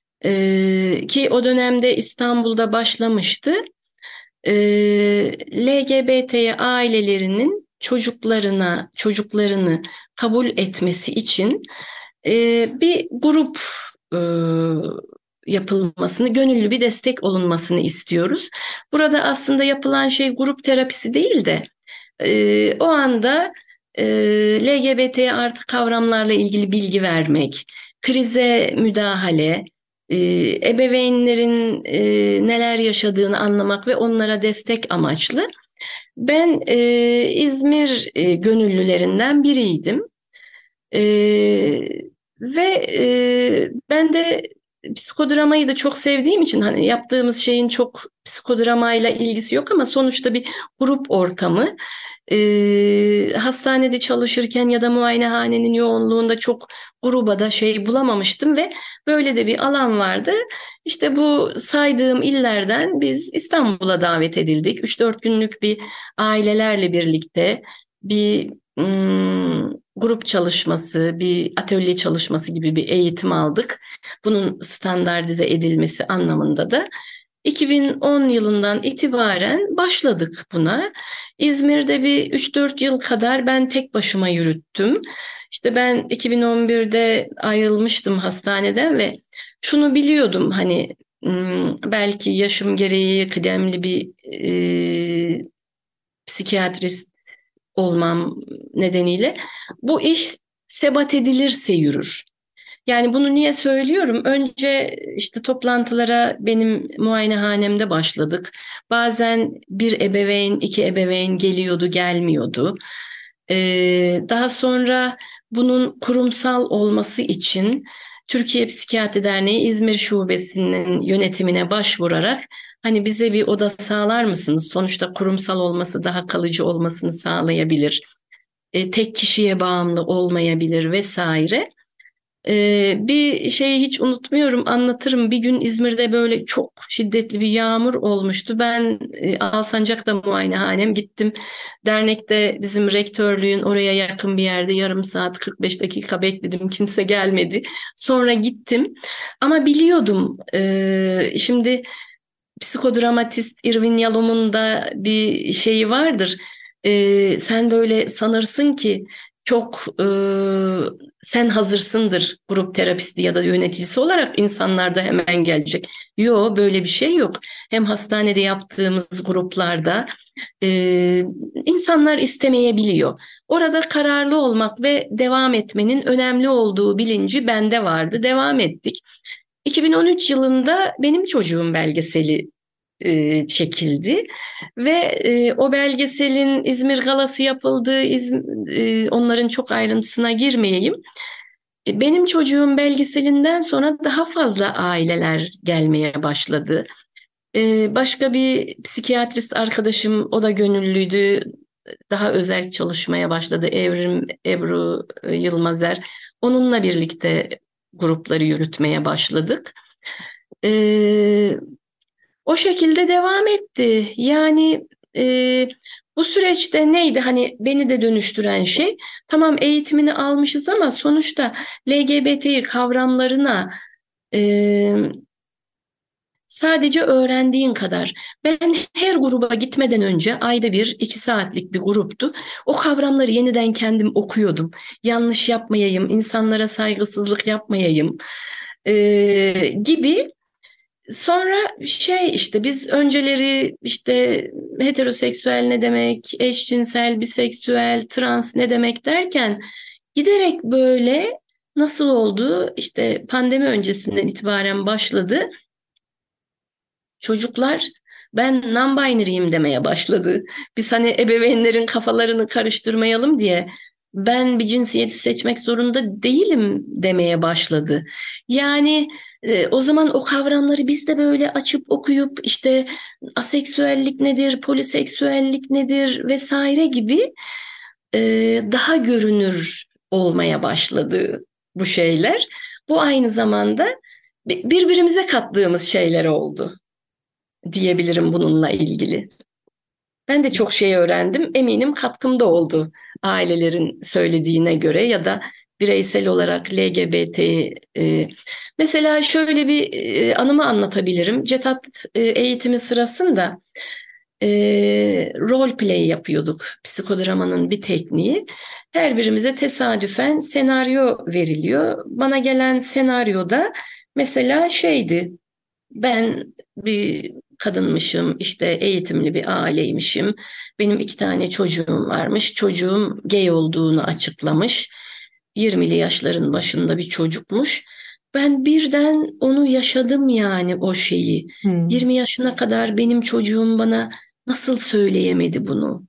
e, ki o dönemde İstanbul'da başlamıştı. E, L G B T ailelerinin çocuklarına çocuklarını kabul etmesi için e, bir grup e, yapılmasını, gönüllü bir destek olunmasını istiyoruz. Burada aslında yapılan şey grup terapisi değil de e, o anda e, L G B T artı kavramlarla ilgili bilgi vermek, krize müdahale, e, ebeveynlerin e, neler yaşadığını anlamak ve onlara destek amaçlı. Ben e, İzmir e, gönüllülerinden biriydim. E, ve e, ben de psikodramayı da çok sevdiğim için, hani yaptığımız şeyin çok psikodramayla ilgisi yok ama sonuçta bir grup ortamı. E, hastanede çalışırken ya da muayenehanenin yoğunluğunda çok gruba da şey bulamamıştım ve böyle de bir alan vardı. İşte bu saydığım illerden biz İstanbul'a davet edildik. üç dört günlük bir ailelerle birlikte bir ım, grup çalışması, bir atölye çalışması gibi bir eğitim aldık. Bunun standartize edilmesi anlamında da iki bin on yılından itibaren başladık buna. İzmir'de bir üç dört yıl kadar ben tek başıma yürüttüm. İşte ben iki bin on birde ayrılmıştım hastaneden ve şunu biliyordum, hani belki yaşım gereği kıdemli bir e, psikiyatrist olmam nedeniyle bu iş sebat edilirse yürür. Yani bunu niye söylüyorum? Önce işte toplantılara benim muayenehanemde başladık. Bazen bir ebeveyn, iki ebeveyn geliyordu, gelmiyordu. Ee, daha sonra bunun kurumsal olması için Türkiye Psikiyatri Derneği İzmir Şubesi'nin yönetimine başvurarak hani bize bir oda sağlar mısınız? Sonuçta kurumsal olması daha kalıcı olmasını sağlayabilir. E, tek kişiye bağımlı olmayabilir vesaire. Ee, bir şeyi hiç unutmuyorum, anlatırım. Bir gün İzmir'de böyle çok şiddetli bir yağmur olmuştu. Ben e, Alsancak'ta muayenehanem, gittim. Dernekte bizim rektörlüğün oraya yakın bir yerde yarım saat kırk beş dakika bekledim. Kimse gelmedi. Sonra gittim. Ama biliyordum. E, şimdi psikodramatist Irvin Yalom'un da bir şeyi vardır. E, sen böyle sanırsın ki çok e, sen hazırsındır grup terapisti ya da yöneticisi olarak insanlar da hemen gelecek. Yok, böyle bir şey yok. Hem hastanede yaptığımız gruplarda e, insanlar istemeyebiliyor. Orada kararlı olmak ve devam etmenin önemli olduğu bilinci bende vardı. Devam ettik. iki bin on üç yılında Benim Çocuğum belgeseli e, çekildi ve e, o belgeselin İzmir Galası yapıldı. İzm- e, onların çok ayrıntısına girmeyeyim. E, Benim Çocuğum belgeselinden sonra daha fazla aileler gelmeye başladı. E, başka bir psikiyatrist arkadaşım, o da gönüllüydü. Daha özel çalışmaya başladı. Evrim Ebru e, Yılmazer. Onunla birlikte grupları yürütmeye başladık. E, O şekilde devam etti. Yani e, bu süreçte neydi? Hani beni de dönüştüren şey, tamam eğitimini almışız ama sonuçta L G B T kavramlarına e, sadece öğrendiğin kadar. Ben her gruba gitmeden önce, ayda bir iki saatlik bir gruptu. O kavramları yeniden kendim okuyordum. Yanlış yapmayayım, insanlara saygısızlık yapmayayım e, gibi. Sonra şey işte biz önceleri işte heteroseksüel ne demek, eşcinsel, biseksüel, trans ne demek derken giderek böyle nasıl oldu? İşte pandemi öncesinden itibaren başladı. Çocuklar ben non-binary'im demeye başladı. Biz hani ebeveynlerin kafalarını karıştırmayalım diye ben bir cinsiyeti seçmek zorunda değilim demeye başladı. Yani e, o zaman o kavramları biz de böyle açıp okuyup işte aseksüellik nedir, poliseksüellik nedir vesaire gibi e, daha görünür olmaya başladı bu şeyler. Bu aynı zamanda birbirimize kattığımız şeyler oldu diyebilirim bununla ilgili. Ben de çok şey öğrendim. Eminim katkım da oldu ailelerin söylediğine göre ya da bireysel olarak L G B T. E, mesela şöyle bir e, anımı anlatabilirim. CETAT e, eğitimi sırasında e, role play yapıyorduk. Psikodramanın bir tekniği. Her birimize tesadüfen senaryo veriliyor. Bana gelen senaryoda mesela şeydi. Ben bir kadınmışım, işte eğitimli bir aileymişim. Benim iki tane çocuğum varmış. Çocuğum gay olduğunu açıklamış. yirmili yaşların başında bir çocukmuş. Ben birden onu yaşadım, yani o şeyi. Hmm. yirmi yaşına kadar benim çocuğum bana nasıl söyleyemedi bunu?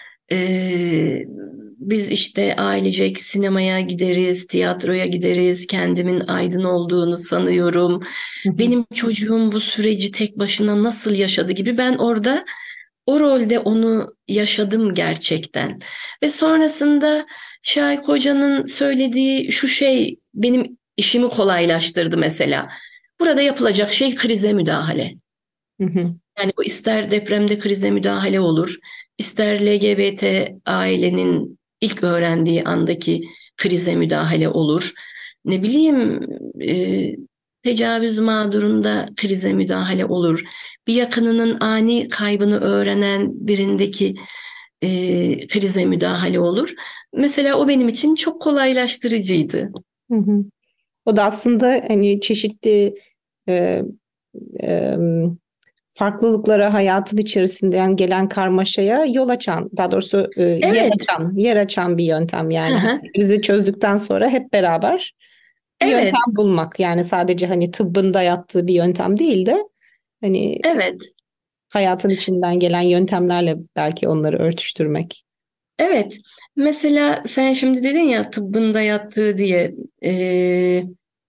Ee, Biz işte ailecek sinemaya gideriz, tiyatroya gideriz. Kendimin aydın olduğunu sanıyorum. Hı hı. Benim çocuğum bu süreci tek başına nasıl yaşadı gibi, ben orada o rolde onu yaşadım gerçekten. Ve sonrasında Şahik Hoca'nın söylediği şu şey benim işimi kolaylaştırdı mesela. Burada yapılacak şey krize müdahale. Hı hı. Yani bu ister depremde krize müdahale olur, ister L G B T ailenin ilk öğrendiği andaki krize müdahale olur. Ne bileyim e, tecavüz mağdurunda krize müdahale olur. Bir yakınının ani kaybını öğrenen birindeki e, krize müdahale olur. Mesela o benim için çok kolaylaştırıcıydı. Hı hı. O da aslında hani çeşitli e, e, farklılıklara hayatın içerisinde yani gelen karmaşaya yol açan, daha doğrusu e, yer Evet, açan, yer açan bir yöntem hı yani. hı, Bizi çözdükten sonra hep beraber bir yöntem evet, bulmak. Yani sadece hani tıbbın dayattığı bir yöntem değil de hani evet. hayatın içinden gelen yöntemlerle belki onları örtüştürmek. Evet, mesela sen şimdi dedin ya tıbbın dayattığı diye, eee,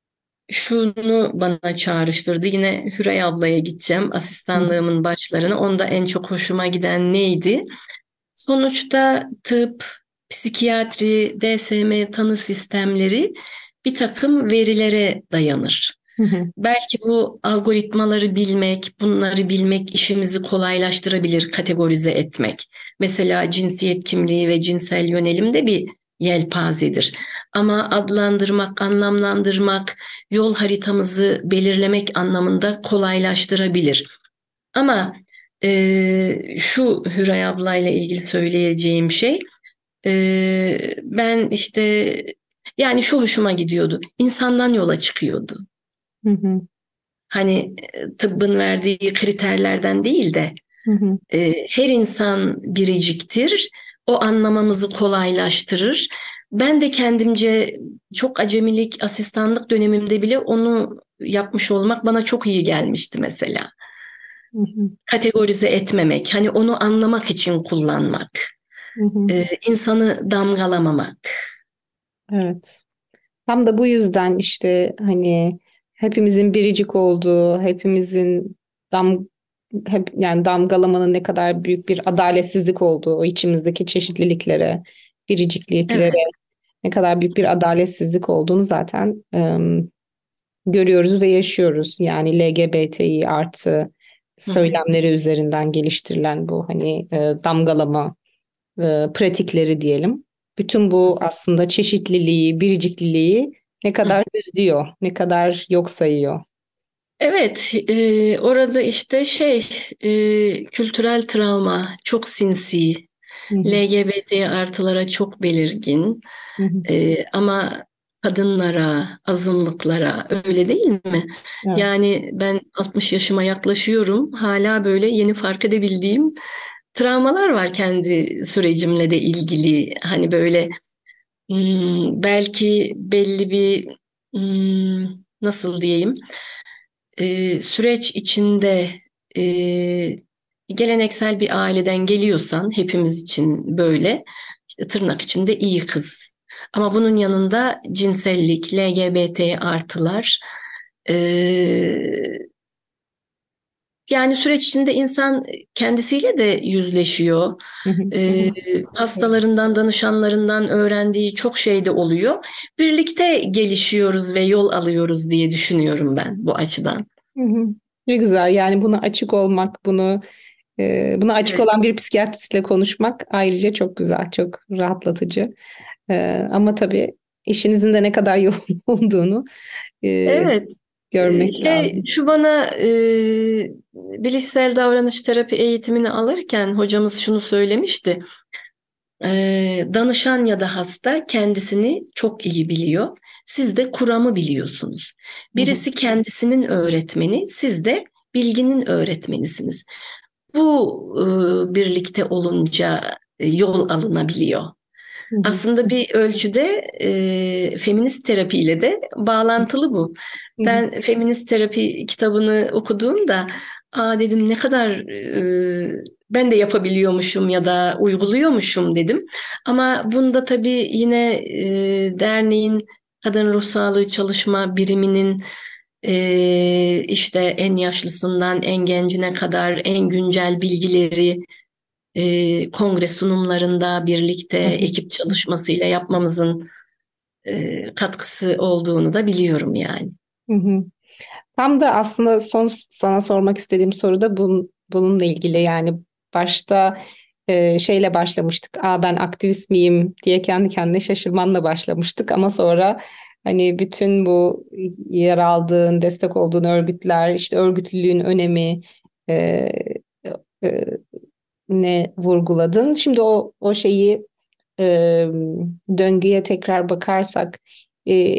şunu bana çağrıştırdı. Yine Hürey ablaya gideceğim, Hı hı. asistanlığımın başlarına. Onda en çok hoşuma giden neydi? Sonuçta tıp, psikiyatri, D S M tanı sistemleri bir takım verilere dayanır. Hı hı. Belki bu algoritmaları bilmek, bunları bilmek işimizi kolaylaştırabilir, kategorize etmek. Mesela cinsiyet kimliği ve cinsel yönelim de bir yelpazedir. Ama adlandırmak, anlamlandırmak, yol haritamızı belirlemek anlamında kolaylaştırabilir. Ama e, şu Hüray ablayla ilgili söyleyeceğim şey, Ee, ben işte yani şu hoşuma gidiyordu. İnsandan yola çıkıyordu. Hı hı. Hani e, tıbbın verdiği kriterlerden değil de Hı hı. e, her insan biriciktir. O anlamamızı kolaylaştırır. Ben de kendimce çok acemilik, asistanlık dönemimde bile onu yapmış olmak bana çok iyi gelmişti mesela. Hı hı. Kategorize etmemek, hani onu anlamak için kullanmak, Hı hı. e, insanı damgalamamak. Evet. Tam da bu yüzden işte hani hepimizin biricik olduğu, hepimizin dam hep yani damgalamanın ne kadar büyük bir adaletsizlik olduğu, o içimizdeki çeşitliliklere, biricikliklere Evet. ne kadar büyük bir adaletsizlik olduğunu zaten ım, görüyoruz ve yaşıyoruz. Yani L G B T İ artı Hı hı. söylemleri üzerinden geliştirilen bu hani e, damgalama e, pratikleri diyelim. Bütün bu aslında çeşitliliği, biricikliliği ne Hı. kadar üzüyor, ne kadar yok sayıyor. Evet, e, orada işte şey e, kültürel travma çok sinsi, Hı hı, L G B T artılara çok belirgin. hı hı. E, ama kadınlara, azınlıklara öyle değil mi? Evet. Yani ben altmış yaşıma yaklaşıyorum, hala böyle yeni fark edebildiğim travmalar var kendi sürecimle de ilgili. Hani böyle hmm, belki belli bir hmm, nasıl diyeyim? e, süreç içinde e, geleneksel bir aileden geliyorsan hepimiz için böyle işte tırnak içinde iyi kız. Ama bunun yanında cinsellik, L G B T artılar e, yani süreç içinde insan kendisiyle de yüzleşiyor. Hı hı, hı E, hı. hastalarından, danışanlarından öğrendiği çok şey de oluyor. Birlikte gelişiyoruz ve yol alıyoruz diye düşünüyorum ben bu açıdan. Hı hı. Ne güzel yani buna açık olmak, bunu e, buna açık Evet. olan bir psikiyatristle konuşmak ayrıca çok güzel, çok rahatlatıcı. E, ama tabii işinizin de ne kadar yoğun olduğunu e, Evet. görmek Ee, Ve lazım. şu bana e, bilişsel davranış terapi eğitimini alırken hocamız şunu söylemişti. Ee, danışan ya da hasta kendisini çok iyi biliyor. Siz de kuramı biliyorsunuz. Hı hı, Birisi kendisinin öğretmeni, siz de bilginin öğretmenisiniz. Bu e, birlikte olunca e, yol alınabiliyor. hı hı, Aslında bir ölçüde e, feminist terapiyle de bağlantılı bu. hı hı, Ben feminist terapi kitabını okuduğumda, aa dedim ne kadar e, ben de yapabiliyormuşum ya da uyguluyormuşum dedim. Ama bunda tabii yine e, derneğin kadın ruh sağlığı çalışma biriminin e, işte en yaşlısından en gencine kadar en güncel bilgileri e, kongre sunumlarında birlikte hı hı, ekip çalışmasıyla yapmamızın e, katkısı olduğunu da biliyorum yani. hı hı. Tam da aslında son sana sormak istediğim soru da bun, bununla ilgili yani başta e, şeyle başlamıştık. Aa ben aktivist miyim diye kendi kendine şaşırmanla başlamıştık ama sonra hani bütün bu yer aldığın, destek olduğun örgütler, işte örgütlülüğün önemi e, e, ne vurguladın. Şimdi o o şeyi e, döngüye tekrar bakarsak e,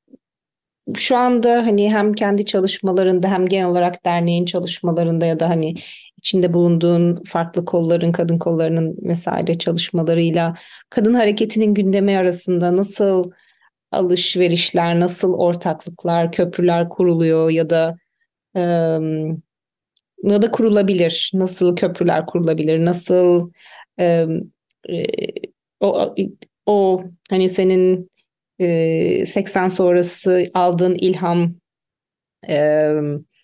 şu anda hani hem kendi çalışmalarında hem genel olarak derneğin çalışmalarında ya da hani içinde bulunduğun farklı kolların, kadın kollarının vesaire çalışmalarıyla kadın hareketinin gündemi arasında nasıl alışverişler, nasıl ortaklıklar, köprüler kuruluyor ya da ım, ya da kurulabilir, nasıl köprüler kurulabilir, nasıl ım, e, o o hani senin e, seksen sonrası aldığın ilham e,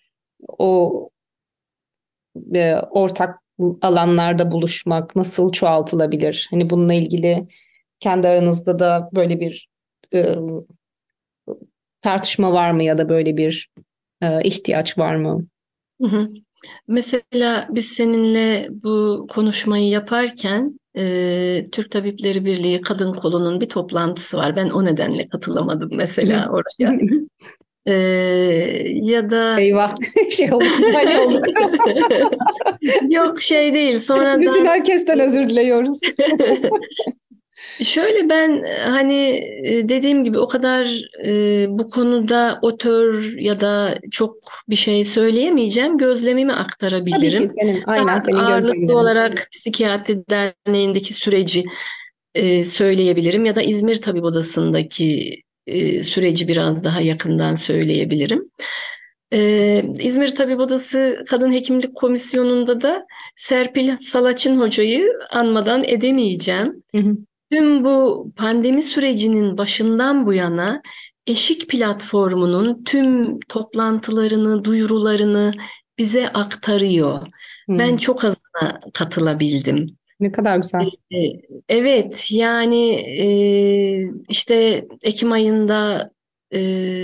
o e, ortak alanlarda buluşmak nasıl çoğaltılabilir? Hani bununla ilgili kendi aranızda da böyle bir e, tartışma var mı ya da böyle bir e, ihtiyaç var mı? Hı hı. Mesela biz seninle bu konuşmayı yaparken e, Türk Tabipleri Birliği Kadın Kolu'nun bir toplantısı var. Ben o nedenle katılamadım mesela oraya. E, ya da Eyvah şey olmuş hani olduk. yok şey değil Bütün sonradan herkesten özür diliyoruz. Şöyle ben e, hani e, dediğim gibi o kadar e, bu konuda otör ya da çok bir şey söyleyemeyeceğim. Gözlemimi Tabii ki aktarabilirim. senin, aynen Daha senin ağırlıklı gözlemlerin. olarak Psikiyatri Derneği'ndeki süreci e, söyleyebilirim ya da İzmir Tabip Odası'ndaki e, süreci biraz daha yakından söyleyebilirim. E, İzmir Tabip Odası Kadın Hekimlik Komisyonu'nda da Serpil Salaçın Hoca'yı anmadan edemeyeceğim. Hı hı. Tüm bu pandemi sürecinin başından bu yana Eşik platformunun tüm toplantılarını, duyurularını bize aktarıyor. Ben Hı. çok azına katılabildim. Ne kadar güzel. E, Evet, yani e, işte Ekim ayında e,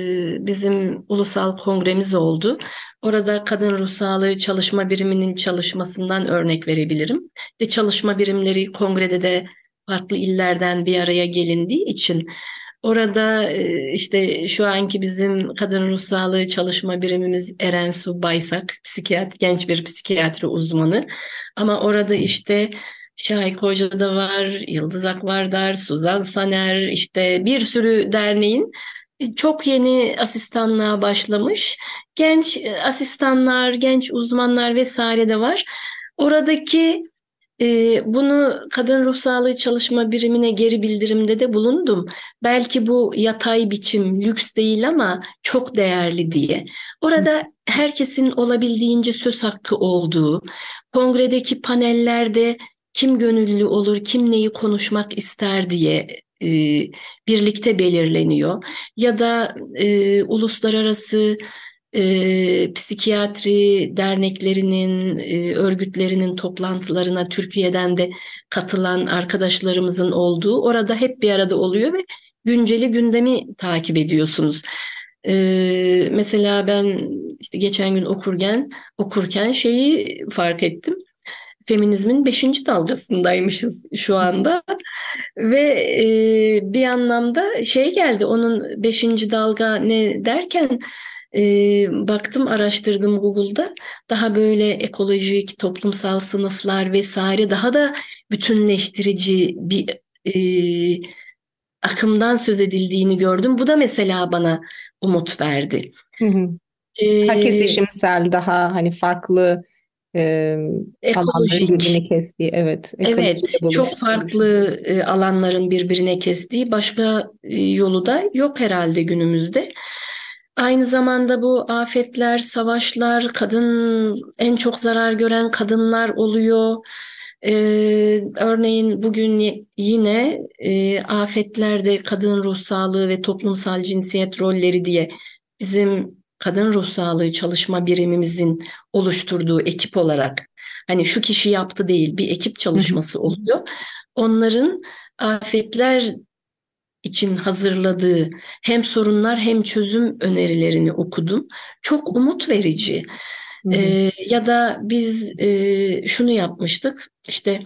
bizim ulusal kongremiz oldu. Orada Kadın Ruh Sağlığı Çalışma Biriminin çalışmasından örnek verebilirim. İşte çalışma birimleri kongrede de farklı illerden bir araya gelindiği için orada e, işte şu anki bizim Kadın Ruh Sağlığı Çalışma Birimimiz Eren Su Baysak, psikiyatri, genç bir psikiyatri uzmanı. Ama orada işte Şahik Hoca da var, Yıldız Akvardar, Suzan Saner, işte bir sürü derneğin çok yeni asistanlığa başlamış. Genç e, asistanlar, genç uzmanlar vesaire de var. Oradaki e, bunu Kadın Ruh Sağlığı Çalışma Birimine geri bildirimde de bulundum. Belki bu yatay biçim lüks değil ama çok değerli diye. Orada herkesin olabildiğince söz hakkı olduğu, kongredeki panellerde kim gönüllü olur, kim neyi konuşmak ister diye e, birlikte belirleniyor. Ya da e, uluslararası e, psikiyatri derneklerinin, e, örgütlerinin toplantılarına Türkiye'den de katılan arkadaşlarımızın olduğu orada hep bir arada oluyor ve günceli gündemi takip ediyorsunuz. E, mesela ben işte geçen gün okurken okurken şeyi fark ettim. Feminizmin beşinci dalgasındaymışız şu anda ve e, bir anlamda şey geldi onun beşinci dalga ne derken e, baktım araştırdım Google'da daha böyle ekolojik toplumsal sınıflar vesaire daha da bütünleştirici bir e, akımdan söz edildiğini gördüm. Bu da mesela bana umut verdi. Hı hı. Daha E, kesişimsel, daha hani farklı e, alanların Ekolojik. birbirini kestiği, evet, ekolojiyle Evet, çok buluştuğu. farklı e, alanların birbirine kestiği başka e, yolu da yok herhalde günümüzde. Aynı zamanda bu afetler, savaşlar, kadın en çok zarar gören kadınlar oluyor. Ee, örneğin bugün y- yine e, afetlerde kadın ruh sağlığı ve toplumsal cinsiyet rolleri diye bizim kadın ruh sağlığı çalışma birimimizin oluşturduğu ekip olarak hani şu kişi yaptı değil bir ekip Hı hı. çalışması oluyor. Onların afetler için hazırladığı hem sorunlar hem çözüm önerilerini okudum. Çok umut verici. Hı hı. Ee, ya da biz e, şunu yapmıştık. İşte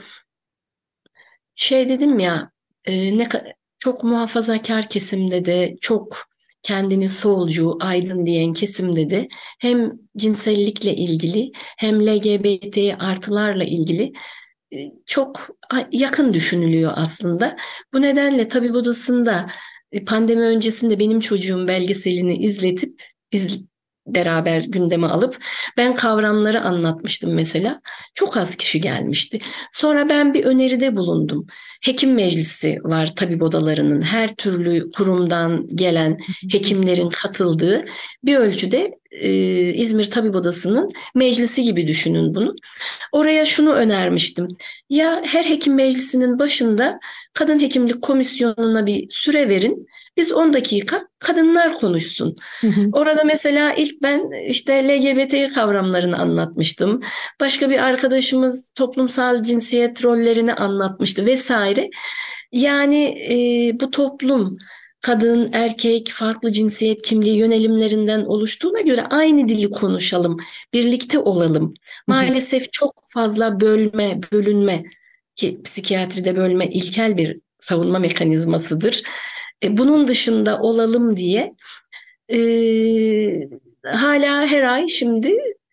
şey dedim ya e, ne ka- çok muhafazakar kesimde de çok kendini solcu, aydın diyen kesimde de hem cinsellikle ilgili hem L G B T artılarla ilgili e, çok yakın düşünülüyor aslında. Bu nedenle tabip odasında e, pandemi öncesinde benim çocuğum belgeselini izletip iz, beraber gündeme alıp ben kavramları anlatmıştım mesela. Çok az kişi gelmişti. Sonra ben bir öneride bulundum. Hekim meclisi var tabip odalarının her türlü kurumdan gelen hekimlerin katıldığı bir ölçüde e, İzmir Tabip Odası'nın meclisi gibi düşünün bunu. Oraya şunu önermiştim. Ya her hekim meclisinin başında kadın hekimlik komisyonuna bir süre verin. Biz on dakika kadınlar konuşsun. Hı hı. Orada mesela ilk ben işte L G B T kavramlarını anlatmıştım. Başka bir arkadaşımız toplumsal cinsiyet rollerini anlatmıştı vesaire. Yani e, bu toplum kadın, erkek, farklı cinsiyet kimliği yönelimlerinden oluştuğuna göre aynı dili konuşalım, birlikte olalım. Hı hı. Maalesef çok fazla bölme, bölünme ki psikiyatride bölme ilkel bir savunma mekanizmasıdır. E, bunun dışında olalım diye e, hala her ay şimdi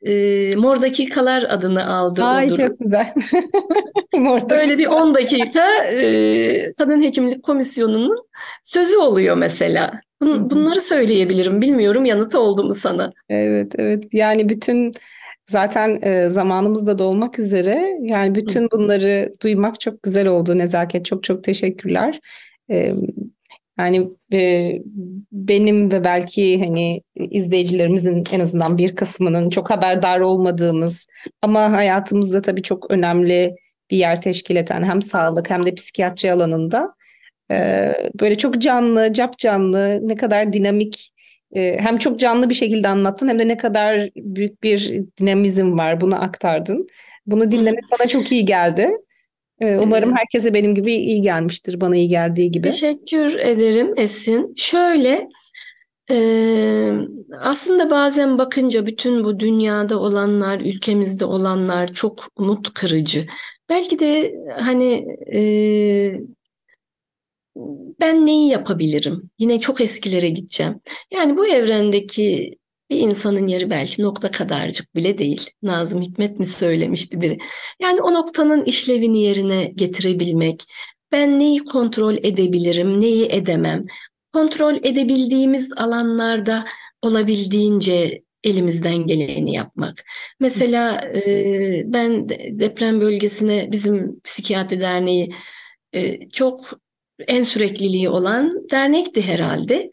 e, Mor Dakikalar adını aldı o Ay durum. çok güzel. Oradaki. Böyle bir on dakika e, Kadın Hekimlik Komisyonu'nun sözü oluyor mesela. Hı Bun- hı. Bunları söyleyebilirim. Bilmiyorum yanıtı oldu mu sana? Evet, evet. Yani bütün zaten e, zamanımızda dolmak üzere. Yani Hı. bütün bunları duymak çok güzel oldu. Nezaket, çok çok teşekkürler. E, yani e, benim ve belki hani izleyicilerimizin en azından bir kısmının çok haberdar olmadığımız ama hayatımızda tabii çok önemli bir yer teşkil eden hem sağlık hem de psikiyatri alanında e, böyle çok canlı, cap canlı, ne kadar dinamik, e, hem çok canlı bir şekilde anlattın hem de ne kadar büyük bir dinamizm var, bunu aktardın. Bunu Hı. dinlemek bana çok iyi geldi. E, umarım E, herkese benim gibi iyi gelmiştir, bana iyi geldiği gibi. Teşekkür ederim Esin. Şöyle, e, aslında bazen bakınca bütün bu dünyada olanlar, ülkemizde olanlar çok umut kırıcı. Belki de hani e, ben neyi yapabilirim? Yine çok eskilere gideceğim. Yani bu evrendeki bir insanın yeri belki nokta kadarcık bile değil. Nazım Hikmet mi söylemişti biri? Yani o noktanın işlevini yerine getirebilmek. Ben neyi kontrol edebilirim, neyi edemem? Kontrol edebildiğimiz alanlarda olabildiğince elimizden geleni yapmak. Mesela e, ben deprem bölgesine bizim psikiyatri derneği e, çok en sürekliliği olan dernekti herhalde.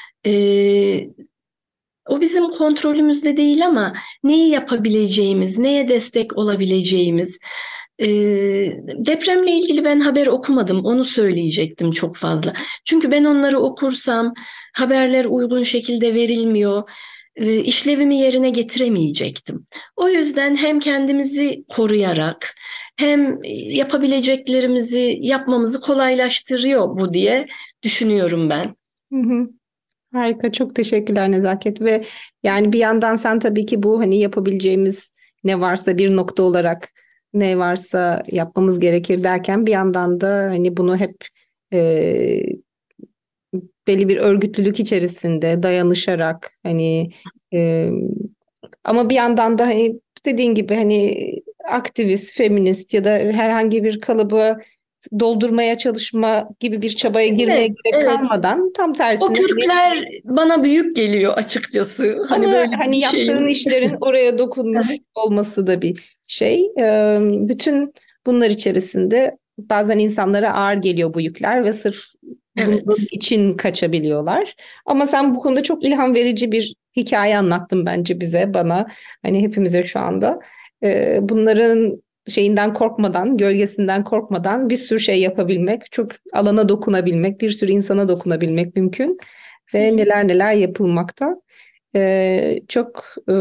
Ee, O bizim kontrolümüzde değil ama neyi yapabileceğimiz, neye destek olabileceğimiz. Ee, Depremle ilgili ben haber okumadım, onu söyleyecektim çok fazla. Çünkü ben onları okursam haberler uygun şekilde verilmiyor, e, işlevimi yerine getiremeyecektim. O yüzden hem kendimizi koruyarak hem yapabileceklerimizi yapmamızı kolaylaştırıyor bu diye düşünüyorum ben. Hı hı. Harika, çok teşekkürler Nezaket. Ve yani bir yandan sen tabii ki bu hani yapabileceğimiz ne varsa bir nokta olarak ne varsa yapmamız gerekir derken bir yandan da hani bunu hep e, belli bir örgütlülük içerisinde dayanışarak hani e, ama bir yandan da hani dediğin gibi hani aktivist, feminist ya da herhangi bir kalıbı doldurmaya çalışma gibi bir çabaya girmeye Evet, gerek evet. kalmadan tam O tersine hani kürkler bana büyük geliyor açıkçası. Hani ama böyle hani bir yaptığın şeyin. işlerin oraya dokunmuş olması da bir şey. Ee, bütün bunlar içerisinde bazen insanlara ağır geliyor bu yükler ve sırf bunun Evet. için kaçabiliyorlar. Ama sen bu konuda çok ilham verici bir hikaye anlattın bence bize, bana, hani hepimize şu anda. Ee, bunların şeyinden korkmadan, gölgesinden korkmadan bir sürü şey yapabilmek, çok alana dokunabilmek, bir sürü insana dokunabilmek mümkün ve neler neler yapılmakta. Ee, çok e,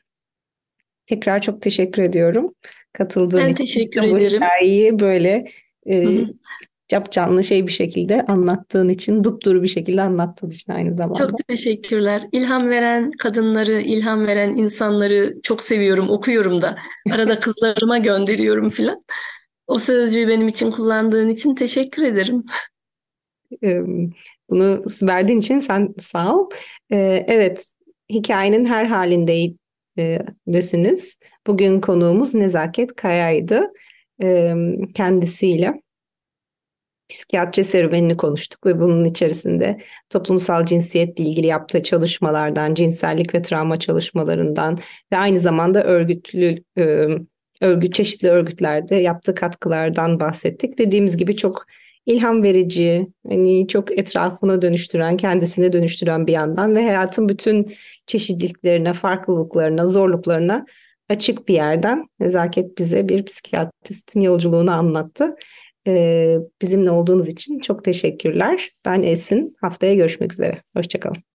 tekrar çok teşekkür ediyorum katıldığın Ben için. teşekkür Bu ederim. hikayeyi böyle Hı e, hı. capcanlı şey bir şekilde anlattığın için, dupduru bir şekilde anlattığın için aynı zamanda. Çok teşekkürler. İlham veren kadınları, ilham veren insanları çok seviyorum, okuyorum da. Arada kızlarıma gönderiyorum filan. O sözcüğü benim için kullandığın için teşekkür ederim. Ee, bunu verdiğin için sen sağ ol. Ee, evet, hikayenin her halindesiniz. Bugün konuğumuz Nezaket Kaya'ydı. Ee, kendisiyle psikiyatri serüvenini konuştuk ve bunun içerisinde toplumsal cinsiyetle ilgili yaptığı çalışmalardan, cinsellik ve travma çalışmalarından ve aynı zamanda örgütlü e, örgüt çeşitli örgütlerde yaptığı katkılardan bahsettik. Dediğimiz gibi çok ilham verici, hani çok etrafına dönüştüren, kendisine dönüştüren bir yandan ve hayatın bütün çeşitliliklerine, farklılıklarına, zorluklarına açık bir yerden Nezaket bize bir psikiyatristin yolculuğunu anlattı. Ee, bizimle olduğunuz için çok teşekkürler. Ben Esin. Haftaya görüşmek üzere. Hoşça kalın.